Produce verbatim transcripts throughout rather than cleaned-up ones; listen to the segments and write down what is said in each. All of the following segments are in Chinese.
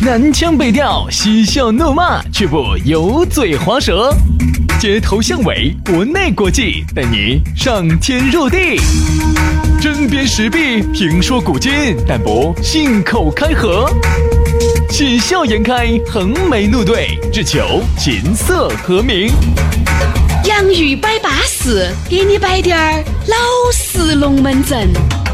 南腔北调，嬉笑怒骂，却不油嘴滑舌。街头巷尾，国内国际，带你上天入地。针砭时弊，评说古今，但不信口开河。喜笑颜开，横眉怒对，只求琴瑟和鸣。 洋芋摆巴士，给你摆点儿老式龙门阵。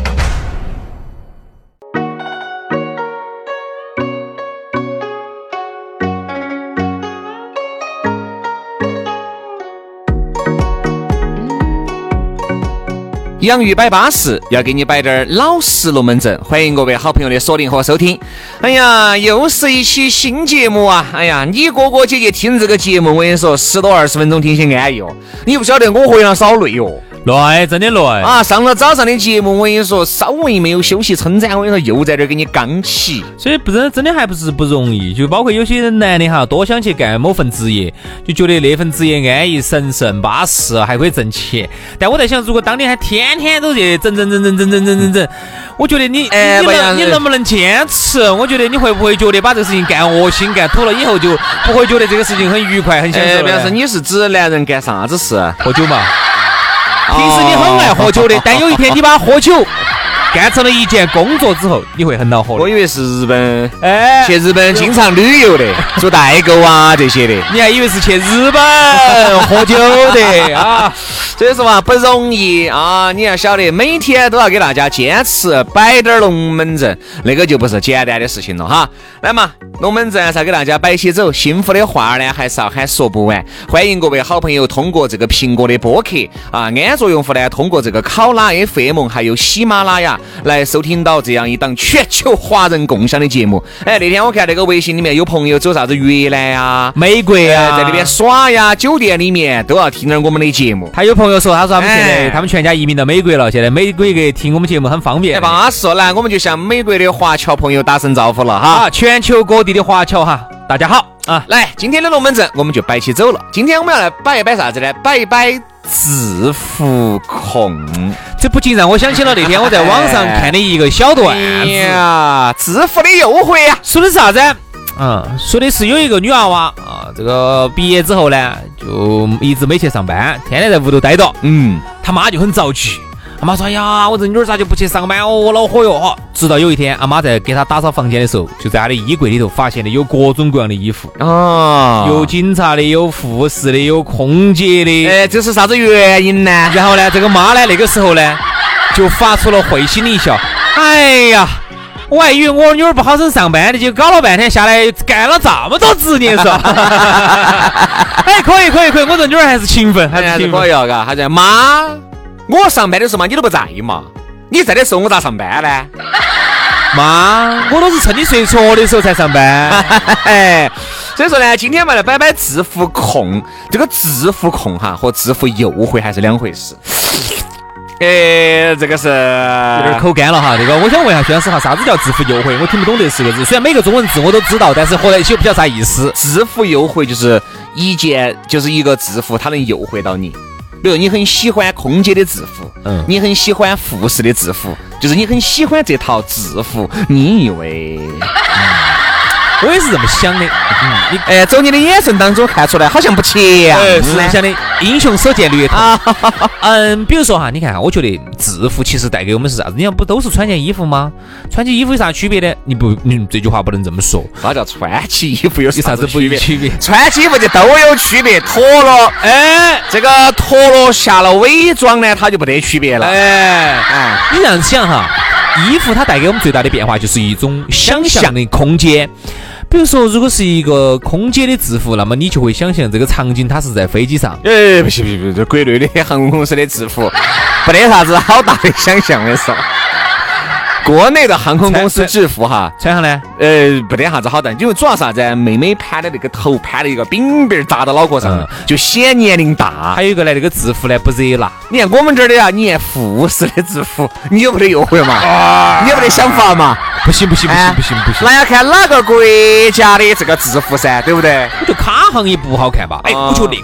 洋芋摆巴士，要给你摆点老实龙门阵。欢迎各位好朋友的锁定和收听。哎呀，又是一期新节目啊！哎呀，你哥哥姐姐听这个节目，我跟你说，十多二十分钟听些安逸哦。你不晓得我回来少累哦。 累，真的累啊！上了早上的节目，我跟你说，稍微没有休息称赞，我跟你说，又在这儿给你刚起。 所以不真真的还不是不容易，就包括有些人男的哈，多想去干某份职业，就觉得那份职业安逸、神圣、巴适，还可以挣钱。但我在想，如果当年还天天都去整整整整整整整整整，我觉得你、哎、你能你能不能坚持？我觉得你会不会觉得把这个事情干恶心、干吐了以后，就不会觉得这个事情很愉快、很享受？ 表示你是指男人干啥子事？ 喝酒嘛。平时你很爱喝酒的，但有一天你把喝酒干成了一件工作之后，你会很恼火的。 我以为是日本， 哎， 去日本经常旅游的，做代购啊这些的。 你还以为是去日本喝酒的啊？ 所以说嘛，不容易啊！你要晓得，每天都要给大家坚持摆点龙门阵，那个就不是简单的事情了哈。来嘛，龙门阵是要给大家摆起走，幸福的话呢还是要喊说不完。欢迎各位好朋友通过这个苹果的播客啊，安卓用户呢通过这个考拉 F M 还有喜马拉雅来收听到这样一档全球华人共享的节目。哎，那天我看那个微信里面有朋友走啥子越南啊、 美国啊， 在那边耍呀，酒店里面都要听点我们的节目。 还有朋友说，他说他们现在、哎、他们全家移民到美国了，现在美国给听我们节目很方便。 哎，巴适，来，我们就向美国的华侨朋友打声招呼了哈。 啊，全球各地的华侨哈，大家好啊！ 来，今天的龙门阵我们就摆起走了。今天我们要来摆一摆啥子呢？摆一摆致富控。 这不禁让我想起了那天我在网上看的一个小段子、哎、 呀，致富的诱惑呀， 说的是啥子？嗯，说的是有一个女娃娃啊，这个毕业之后呢，就一直没去上班，天天在屋头待着。嗯，他妈就很着急，阿妈说：“哎呀，我这女儿咋就不去上班哦？我恼火哟！”直到有一天，阿妈在给她打扫房间的时候，就在她的衣柜里头发现了有各种各样的衣服哦， 有警察的，有护士的，有空姐的。 哎，这是啥子原因呢？ 然后呢，这个妈呢，那个时候呢，就发出了会心的一笑：“哎呀！”我还以为我女儿不好生上班的，就搞了半天下来干了这么多职业是吧？哎，可以可以可以，我这女儿还是勤奋，还是勤奋。 可以啊，嘎，他在妈，我上班的时候嘛，你都不在嘛，你在的时候我咋上班呢？ 妈，我都是趁你睡着的时候才上班。 哎，所以说呢，今天我们来摆摆致富控，这个致富控哈和致富诱惑还是两回事。哎，这个是有点口干了哈。这个我想问一下徐老师哈，啥子叫致富诱惑？我听不懂这四个字。虽然每个中文字我都知道，但是合在一起不晓得啥意思。 致富诱惑就是一件，就是一个致富，它能诱惑到你。比如你很喜欢空姐的制服，嗯，你很喜欢护士的制服，就是你很喜欢这套制服，你以为？ 我也是这么想的，嗯， 你哎，从你的眼神当中看出来好像不切啊， 是这么想的，英雄所见略同。嗯，比如说哈，你看，我觉得制服其实带给我们是啥子？你看不都是穿件衣服吗？穿起衣服有啥区别呢？你不，你这句话不能这么说。 啥叫穿起衣服有啥子不区别？ 穿起衣服就都有区别，脱了，哎，这个脱了下了伪装呢，它就不得区别了。哎哎，你这样想哈，衣服它带给我们最大的变化就是一种想象的空间。比如说，如果是一个空姐的制服，那么你就会想象这个场景，它是在飞机上。 哎，不行不行不行，这国内的航空公司的制服，没得啥子好大的想象的时候。国内的航空公司制服哈， 穿上呢， 呃，没得啥子好的，因为主要啥子？妹妹盘的那个头盘的一个饼饼扎到脑壳上，嗯、就显年龄大。 还有一个呢，那个制服呢不热辣。 你看我们这儿的啊，你看护士的制服，你有没得诱惑嘛？啊、你有没得想法嘛？ 不行不行不行不行不行， 那要看哪个国家的这个制服噻，对不对？ 我觉得卡行也不好看吧？哎，我觉得那个可以。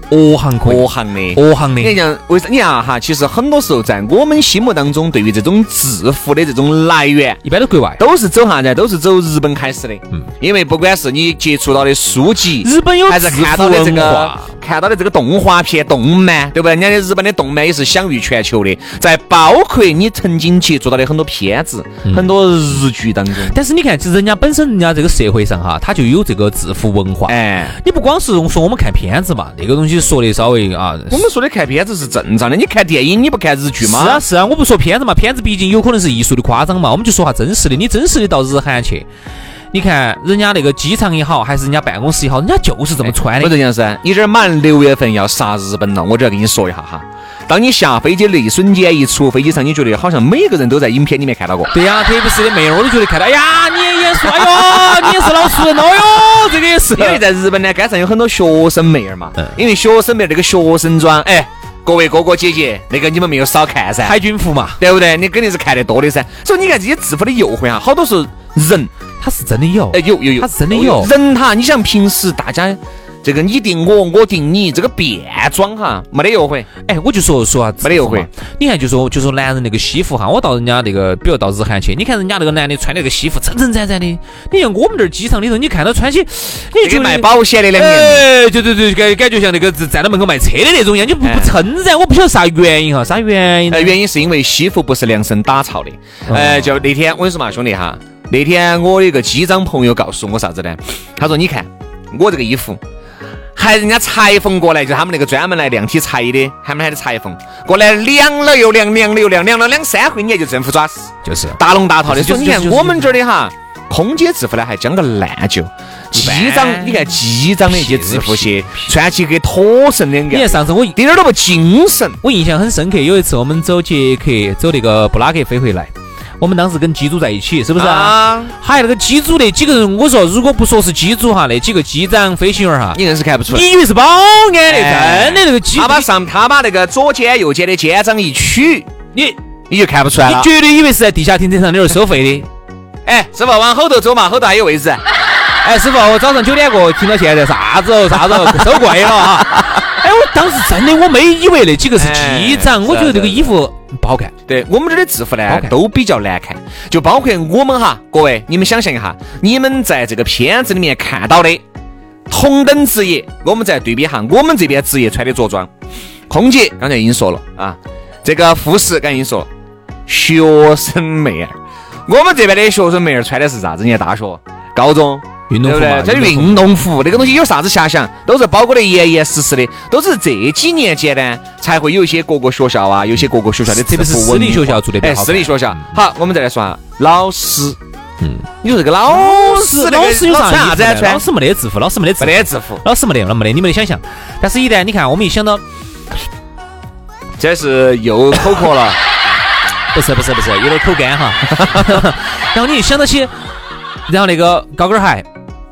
恶行可以， 恶行的， 恶行的。 你看，为啥？你看哈，其实很多时候在我们心目当中，对于这种致富的这种来源， 一般都国外， 都是走啥子？都是走日本开始的。嗯，因为不管是你接触到的书籍， 日本有还是看到的这个看到的这个动画片、动漫，对不对？人家的日本的动漫也是享誉全球的，在包括你曾经接触到的很多片子、嗯、很多日剧当中。 但是你看，其实人家本身人家这个社会上哈，他就有这个致富文化。哎，你不光是说我们看片子嘛，那个东西说的稍微啊， 我们说的看片子是正常的，你看电影你不看日剧吗？ 是啊是啊，我不说片子嘛，片子毕竟有可能是艺术的夸张嘛，我们就说下真实的。你真实的到日韩去，你看人家那个机场也好，还是人家办公室也好，人家就是这么穿的。 我这样是，你这马上六月份要杀日本了，我就要跟你说一下哈。当你下飞机的一瞬间，一出飞机上，你觉得好像每个人都在影片里面看到过。 对呀、啊，特别是的妹儿，我都觉得看到，哎呀，你也演出，哎呦，你也是老熟人，哎呦，这个也是。 因为在日本呢，街上有很多学生妹儿嘛，嗯、因为学生妹儿那个学生装，哎。各位哥哥姐姐，那个你们没有少看噻， 海军服嘛， 对不对？你肯定是看得多的噻。所以你看这些致富的诱惑啊，好多是人， 他是真的有， 哎，有有有， 他是真的有。 人哈，你想平时大家这个你定我，我定你，这个变装哈，没得诱惑。 哎，我就说说啊， 没得诱惑。 你看，就说就说男人那个西服哈，我到人家那个，比如到日韩去，你看人家那个男的穿那个西服，真真展展的。你像我们这儿机场里头，你看到穿起， 你就卖保险的两年， 哎，对对对，感感觉像那个站到门口卖车的那种样，你不不称赞，我不晓得啥原因哈，啥原因？ 呃，原因是因为西服不是量身打造的。呃，就那天我跟你说嘛，兄弟哈，那天我有一个机长朋友告诉我啥子呢？他说你看我这个衣服。还人家裁缝过来，就他们那个专门来量体裁的，他们还得裁缝过来量了又量，量了又量，量了两三回，你也就政府抓死， 就是大龙大套的。所以你看我们这儿的哈，空姐制服呢还将个烂旧，机长你看机长的一些制服鞋，穿起跟脱绳两个。 你看上次我一点儿都不精神， 我印象很深刻。有一次我们走捷克，走那个布拉格飞回来。我们当时跟机组在一起，是不是啊？还有那个机组的几个人，我说如果不说是机组哈，那几个机长、飞行员哈， 你硬是看不出来。 你以为是保安的，哎、真的那个机。 他把上他把那个左肩右肩的肩章一取，你你就看不出来了。 你绝对以为是在地下停车场那儿收费的。 哎，师傅往后头走嘛，后头还有位置。 哎，师傅，我早上九点过停到现在，啥子哦啥子哦，收贵了啊！哎，我当时真的我没以为那几个是机长，哎、我觉得这个衣服不好看。 对我们这儿的制服呢，都比较难看，就包括我们哈，各位你们想象一下，你们在这个片子里面看到的同等职业，我们再对比一下我们这边职业穿的着装，空姐刚才已经说了啊，这个护士刚才已经说了，学生妹儿，我们这边的学生妹儿穿的是啥子？人家大学、高中。 运动服嘛， 这运动服那个东西有啥子遐想，都是包裹的严严实实的，都是这几年间呢才会有一些各个学校啊，有些各个学校的制服， 特别是私立学校做的比较好。 哎，私立学校。好，我们再来说啊，老师。嗯，你说这个老师， 老师有啥子？ 老师没得制服，老师没得制服， 没得制服， 老师没得，没得，你没得想象。但是，一旦你看，我们一想到， 这是又口渴了， 不是不是不是，有点口干哈。然后你一想到起，然后那个高跟鞋。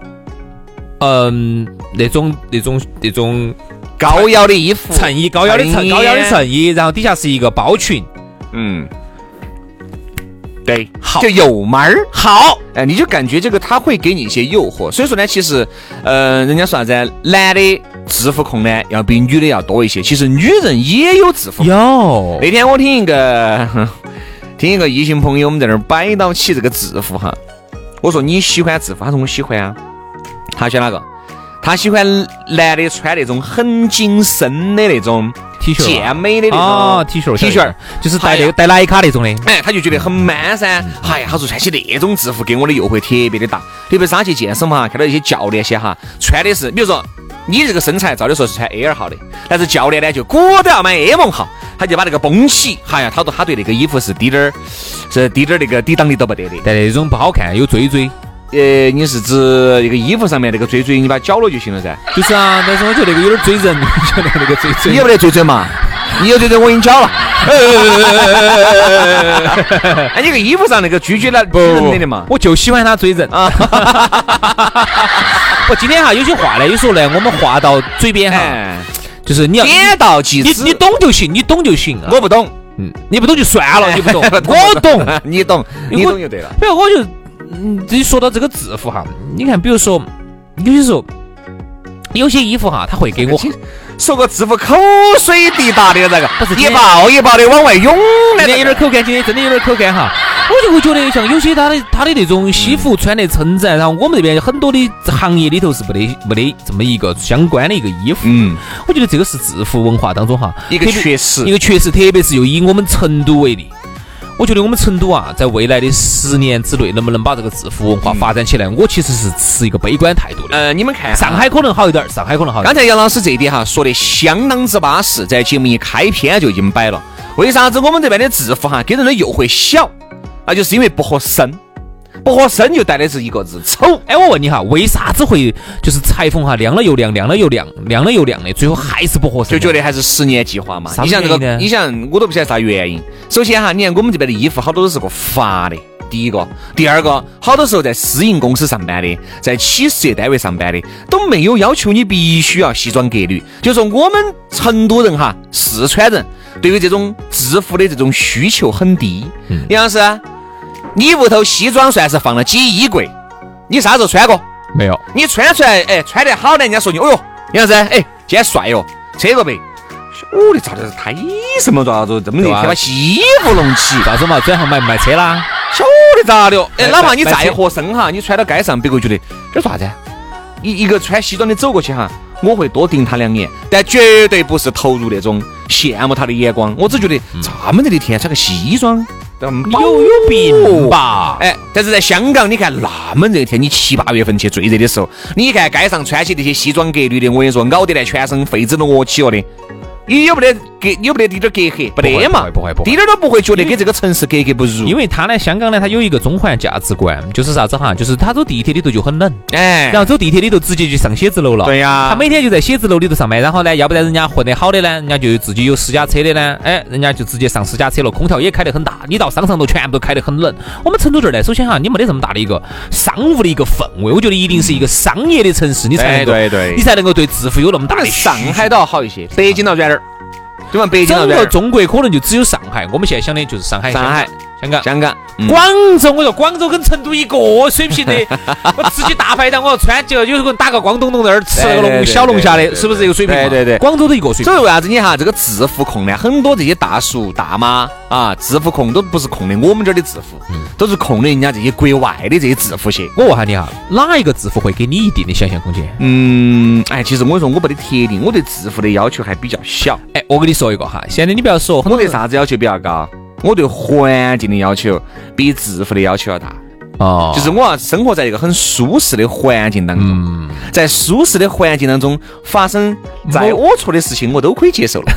嗯，那种那种那种高腰的衣服， 衬衣，高腰的衬高腰的衬衣，然后底下是一个包裙， 嗯，对，好，就有门儿好，哎，你就感觉这个他会给你一些诱惑，所以说呢，其实，呃，人家说啥子，男的制服控呢要比女的要多一些，其实女人也有制服控。 有， 那天我听一个听一个异性朋友，我们在那儿摆到起这个制服哈，我说你喜欢制服，他说我喜欢啊。他选哪个？他喜欢男的穿那种很紧身的那种 T 恤， 健美的那种啊 T 恤 T 恤， 就是带那个带徕卡那种的。 哎，他就觉得很 man 噻。哎呀，他说穿起那种制服给我的诱惑特别的大。特别是他去健身嘛，看到一些教练些哈，穿的是，比如说你这个身材，照理说是穿 A 二号的，但是教练呢就果都要买 A one号，他就把那个绷起。哎呀，他说他对那个衣服是滴点儿，是滴点儿那个抵挡力都不得的。 但那种不好看，有锥锥。 呃，你是指一个衣服上面那个锥锥，你把它绞了就行了噻。 就是啊，但是我觉得那个有点锥人，觉得那个锥锥。 你有没得锥锥嘛？你有锥锥，我已经绞了。哎，你个衣服上那个锥锥了，人的嘛。 我就喜欢他锥人啊。我今天哈有些话呢，有时候呢，我们话到嘴边哈，就是你要点到即止， 你你懂就行，你懂就行。 我不懂， 嗯，你不懂就算了，你不懂，我懂， 你懂，你懂就对了。 比如我就。嗯，这说到这个制服哈，你看，比如说有些时候有些衣服哈，他会给我说个制服口水滴答的那个， 不是一抱一抱的往外涌， 今天有点口干，今天真的有点口干哈。我就会觉得像有些他的他的那种西服穿得称赞，然后我们这边很多的行业里头是没得没得这么一个相关的一个衣服。嗯，我觉得这个是制服文化当中哈一个缺失， 一个缺失，特别是又以我们成都为例。我觉得我们成都啊，在未来的十年之内，能不能把这个制服文化发展起来，我其实是持一个悲观态度的。 呃，你们看， 上海可能好一点，上海可能好一点。 刚才杨老师这一点哈说的相当之巴适，在节目一开篇就已经摆了。为啥子我们这边的制服哈给人的诱惑小？那就是因为不合身，不合身就带的是一个字丑。 哎，我问你哈，为啥子会就是裁缝哈晾了又晾，晾了又晾，晾了又晾的，最后还是不合身？ 就觉得还是十年计划嘛。你想这个，你想我都不晓得啥原因。首先哈，你看我们这边的衣服好多都是个发的，第一个，第二个，好多时候在私营公司上班的，在企事业单位上班的，都没有要求你必须要西装革履。就说我们成都人哈，四川人对于这种制服的这种需求很低。嗯，杨老师。你屋头西装算是放了几衣柜，你啥时候穿过？ 没有。 你穿出来，哎，穿得好的，人家说你，哦哟，杨老师，哎，今天帅哟，扯个背。我的咋的太什么咋子这么热天把西服弄起？ 咋子嘛？转行买不买车啦？ 晓得咋的？哎，哪怕你再合身哈，你穿到街上，别个觉得这啥子？一一个穿西装的走过去哈，我会多盯他两眼，但绝对不是投入那种羡慕他的眼光。我只觉得这么热的天穿个西装。 有有病吧？ 哎，但是在香港，你看那么热天，你七八月份去最热的时候，你看街上穿起那些西装革履的，我跟你说，咬得来全身痱子都饿起了的。你有没得隔有没得滴点隔阂？不得嘛， 不会不会， 滴点都不会觉得跟这个城市格格不入。 因为他呢，香港呢，他有一个中环价值观，就是啥子哈，就是他走地铁里头就很冷，哎，然后走地铁里头直接就上写字楼了。 对呀， 他每天就在写字楼里头上班，然后呢，要不然人家混得好的呢，人家就自己有私家车的呢，哎，人家就直接上私家车了，空调也开得很大，你到商场都全部都开得很冷。我们成都这儿呢，首先哈，你没得这么大的一个商务的一个氛围，我觉得一定是一个商业的城市，你才能够， 对对， 你才能够对制服有那么大的。 上海倒好一些，北京倒远点儿。对吧？北京整个中国可能就只有上海，我们现在想的就是上海、 上海、 香港、 香港、 嗯、广州。我说广州跟成都一个水平的，我自己大排档，我要穿就有个打个光东东那儿吃那个龙小龙虾的，是不是这个水平？ 对对对， 广州都一个水平。 所以为啥子你哈这个制服控呢？很多这些大叔大妈啊，制服控都不是控的我们这儿的制服，嗯、都是控的人家这些国外的这些制服些。 我问下你哈，哪一个制服会给你一定的想象空间？ 嗯，哎，其实我说我没得特定，我对制服的要求还比较小。 哎，我跟你说一个哈，现在你不要说， 我对啥子要求比较高？我对环境的要求比制服的要求要大。哦，就是我要生活在一个很舒适的环境当中，嗯、在舒适的环境当中发生在我错的事情，我都可以接受了。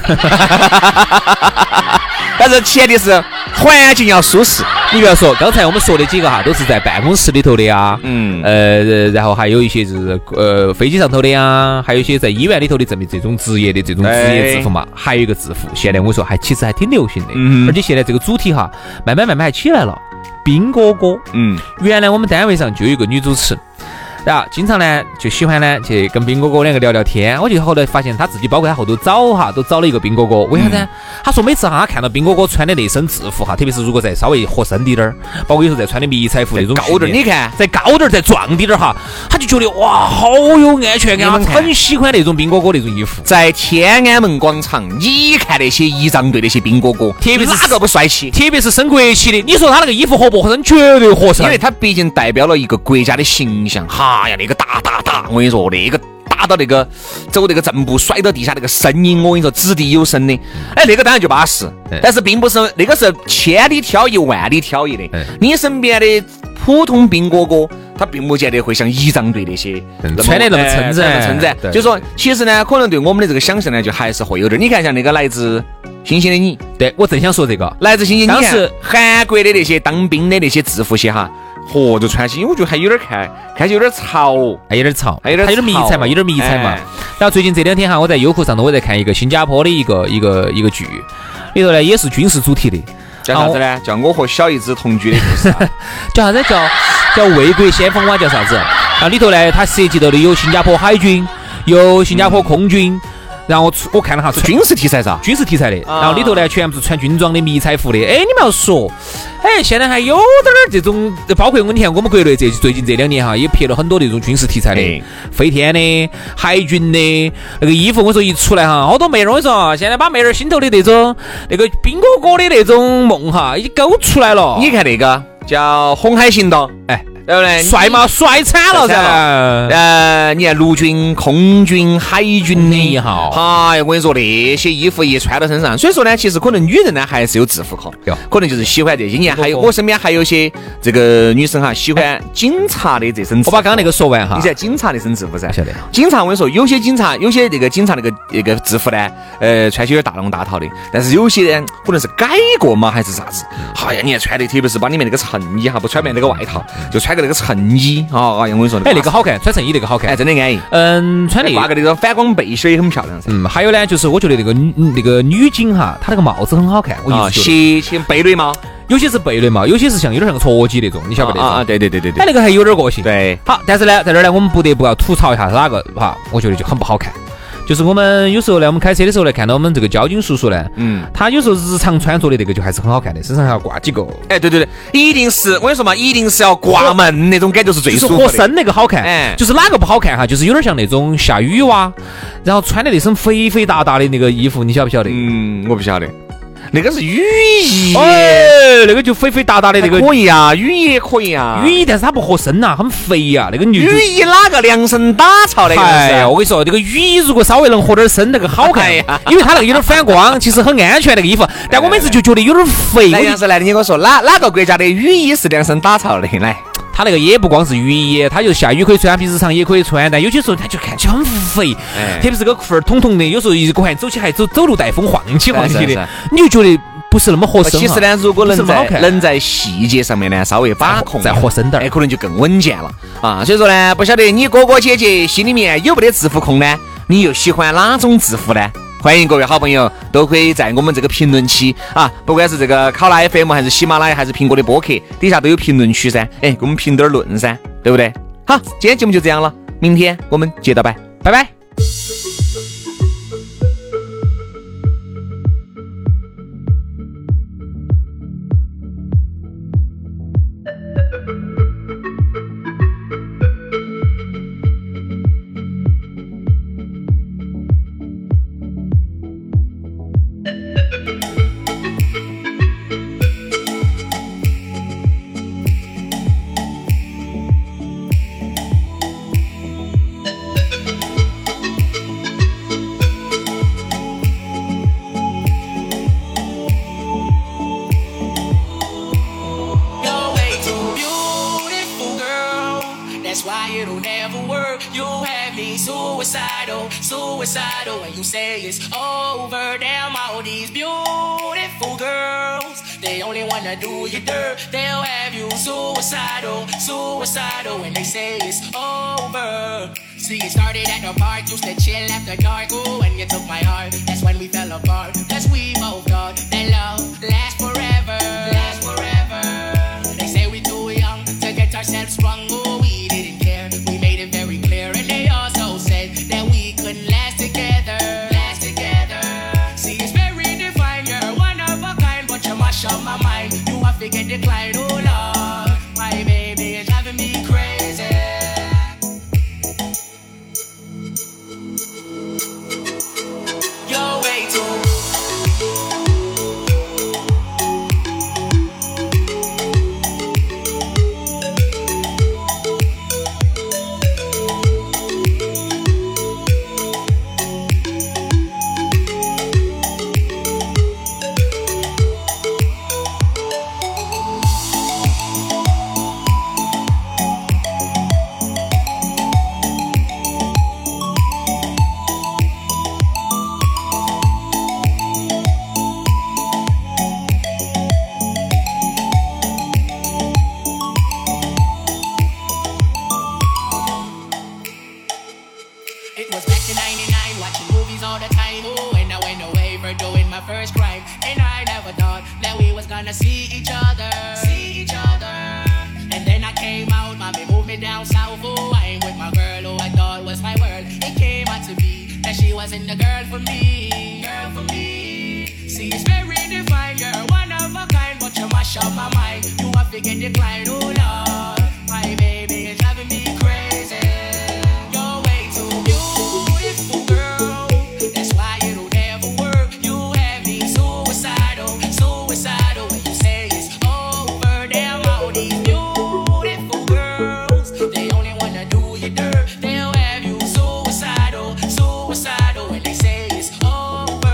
但是前提是环境要舒适。 你不要说，刚才我们说的几个哈，都是在办公室里头的呀，嗯，呃，然后还有一些就是呃飞机上头的呀，还有一些在医院里头的这么这种职业的这种职业制服嘛。还有一个制服，现在我说还其实还挺流行的，嗯，而且现在这个主题哈，慢慢慢慢还起来了。兵哥哥，嗯，原来我们单位上就有一个女主持，然后经常呢就喜欢呢去跟兵哥哥两个聊聊天。我就后来发现他自己包括他后头找哈都找了一个兵哥哥，为啥子？嗯、他说每次哈他看到兵哥哥穿的那身制服哈，特别是如果再稍微合身滴点儿，包括有时候再穿的迷彩服那种高点，你看再高点再壮滴点儿哈，他就觉得哇好有安全感，他很喜欢那种兵哥哥那种衣服。 在天安门广场，你看那些仪仗队那些兵哥哥， 特别是哪个不帅气？ 特别是升国旗的，你说他那个衣服合不合身？绝对合身， 因为他毕竟代表了一个国家的形象。哈呀，那个大大大，我跟你说，那个打到那个走那个正步摔到地下那个声音，我跟你说掷地有声的。哎，那个当然就巴适，但是并不是那个是千里挑一万里挑一的。你身边的普通兵哥哥，他并不见得会像仪仗队那些穿的那么称赞称赞。就说其实呢，可能对我们的这个想象呢，就还是会有点。你看像那个来自星星的你， 对我正想说这个来自星星，当时韩国的那些当兵的那些制服鞋哈。嚯，就穿起，因为我觉得还有点看，看起有点潮， 还有点潮， 还有点， 还有点迷彩嘛，有点迷彩嘛。哎、然后最近这两天哈，我在优酷上头我在看一个新加坡的一个一个一个剧，里头呢也是军事主题的， 叫啥子呢？叫我和小姨子同居的故事、啊， 叫啥子？叫叫卫国先锋哇？叫啥子？然后里头呢，它涉及到的有新加坡海军，有新加坡空军。 然后我看了哈， 军事题材噻， 军事题材的，然后里头呢全部是穿军装的迷彩服的。哎，你们要说，哎，现在还有点儿这种，包括我你看我们国内这最近这两年哈，也拍了很多那种军事题材的，飞天的、海军的那个衣服，我说一出来哈，好多妹儿，我说现在把妹儿心头的那种那个兵哥哥的那种梦哈，已勾出来了。 你看那个叫《红海行动》，哎。对不对？ 帅嘛，帅惨了噻！ 呃，你看陆军、空军、海军的一号， 哎，我跟你说，那些衣服一穿到身上，所以说呢，其实可能女人呢还是有制服控，可能就是喜欢这些。你看，还有我身边还有些这个女生哈，喜欢警察的这身制服。 我把刚刚那个说完哈， 你知道警察那身制服噻？ 晓得。 警察我跟你说，有些警察，有些那个警察那个那个制服呢，呃，穿起有点大龙大套的，但是有些呢，可能是改过嘛，还是啥子？哎呀，你看穿的，特别是把里面那个衬衣哈，不穿面那个外套，就穿个那个衬衣。啊，哎呀，我跟你说， 哎，那个好看，穿衬衣那个好看， 哎，真的安逸。 嗯，穿那挂个那个反光背心也很漂亮噻。 嗯，还有呢，就是我觉得那个那个女警哈，她那个帽子很好看。我一直觉得斜斜贝雷帽， 有些是贝雷帽，有些是像有点像个戳机那种，你晓不得？ 啊，对对对对对。 哎，那个还有点个性。 对。 好，但是呢，在这儿呢，我们不得不要吐槽一下是哪个哈？我觉得就很不好看。就是我们有时候呢，我们开车的时候呢，看到我们这个交警叔叔呢，嗯，他有时候日常穿着的那个就还是很好看的，身上还要挂几个。 哎，对对对，一定是我跟你说嘛，一定是要挂门那种感觉是最舒服的。 就是合身那个好看，哎，就是哪个不好看哈？就是有点像那种下雨哇，然后穿的那身肥肥大大的那个衣服，你晓不晓得？ 嗯，我不晓得。那个是雨衣， 哎，那个就肥肥大大的那个可以啊，雨衣也可以啊， 雨衣，但是它不合身呐、啊，很肥呀、啊。那个雨衣哪个量身打造的？ 哎呀，我跟你说，这个雨衣如果稍微能合点身，那个好看，哎、因为它那个有点反光，其实很安全那个衣服。但我每次就觉得有点肥。 来，杨师来，你跟我说，哪哪个国家的雨衣是量身打造的？来。 它那个也不光是雨衣，它就下雨可以穿，平时日常也可以穿，但有些时候它就看起来很肥，哎、特别是个裤儿筒筒的，有时候一个还走起还走走路带风晃起晃起的，你就觉得不是那么合身。 其实呢，如果能在能在细节上面呢稍微把控， 再合身点， 哎，可能就更稳健了啊。所以说呢，不晓得你哥哥姐姐心里面有没得制服控呢？你又喜欢哪种制服呢？欢迎各位好朋友都可以在我们这个评论区啊，不管是这个考拉 F M 还是喜马拉雅还是苹果的播客底下都有评论区噻，哎，给我们评点论噻，对不对？好，今天节目就这样了，明天我们接着拜，拜拜。 Suicidal when you say it's over. Damn, all these beautiful girls, they only wanna do you dirt. They'll have you suicidal, suicidal when they say it's over. See, it started at the park, used to chill after dark. Ooh, when you took my heart, that's when we fell apart. Cause we both thought that love lasts forever, lasts forever. They say we too young to get ourselves sprung. Ooh, we didn't care, we made it very clear. And they also said that we couldn't last together, last together. See, it's very defined, you're one of a kind, but you mash up my mind. You have to get declined, oh Lord. My baby is driving me crazy. You're way too see each other, see each other. And then I came out, mommy moved me down south. Oh, I'm with my girl who I thought was my world. It came out to be that she was wasn't the girl for me, girl for me. See, it's very divine, you're one of a kind, but you mash up my mind. You have to get declined, oh Lord. My baby is driving me crazy. You're way too beautiful, girl. That's why it'll never work. You have me suicidal, suicidal. When you say it's over, damn all these beautiful girls, they only wanna do you dirt. They'll have you suicidal, suicidal. When they say it's over.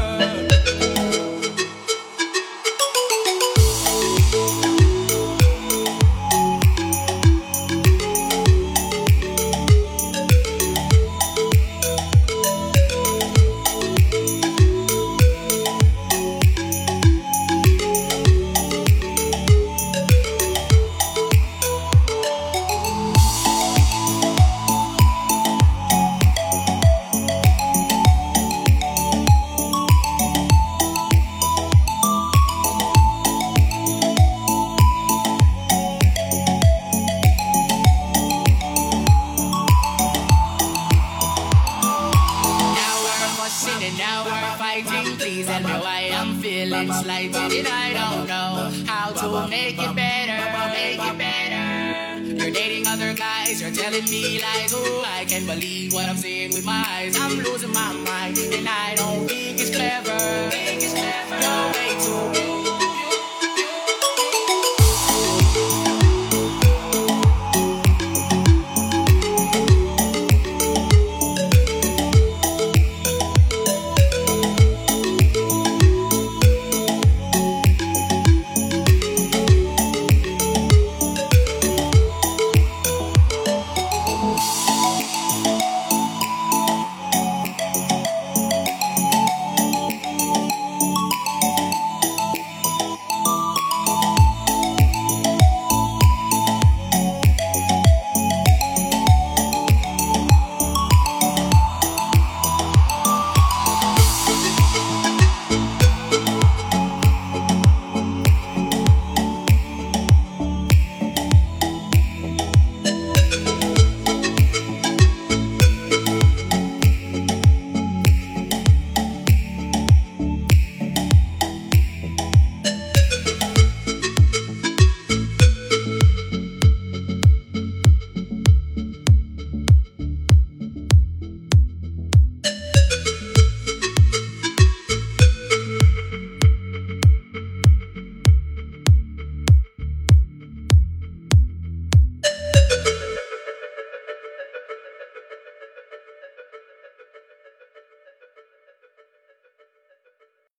And now we're fighting. Please tell me why I'm feeling slighted, and I don't know how to make it better, make it better. You're dating other guys, you're telling me lies. Oh, I can't believe what I'm seeing with my eyes. I'm losing my mind, and I don't think it's clever. Think it's clever. You're way too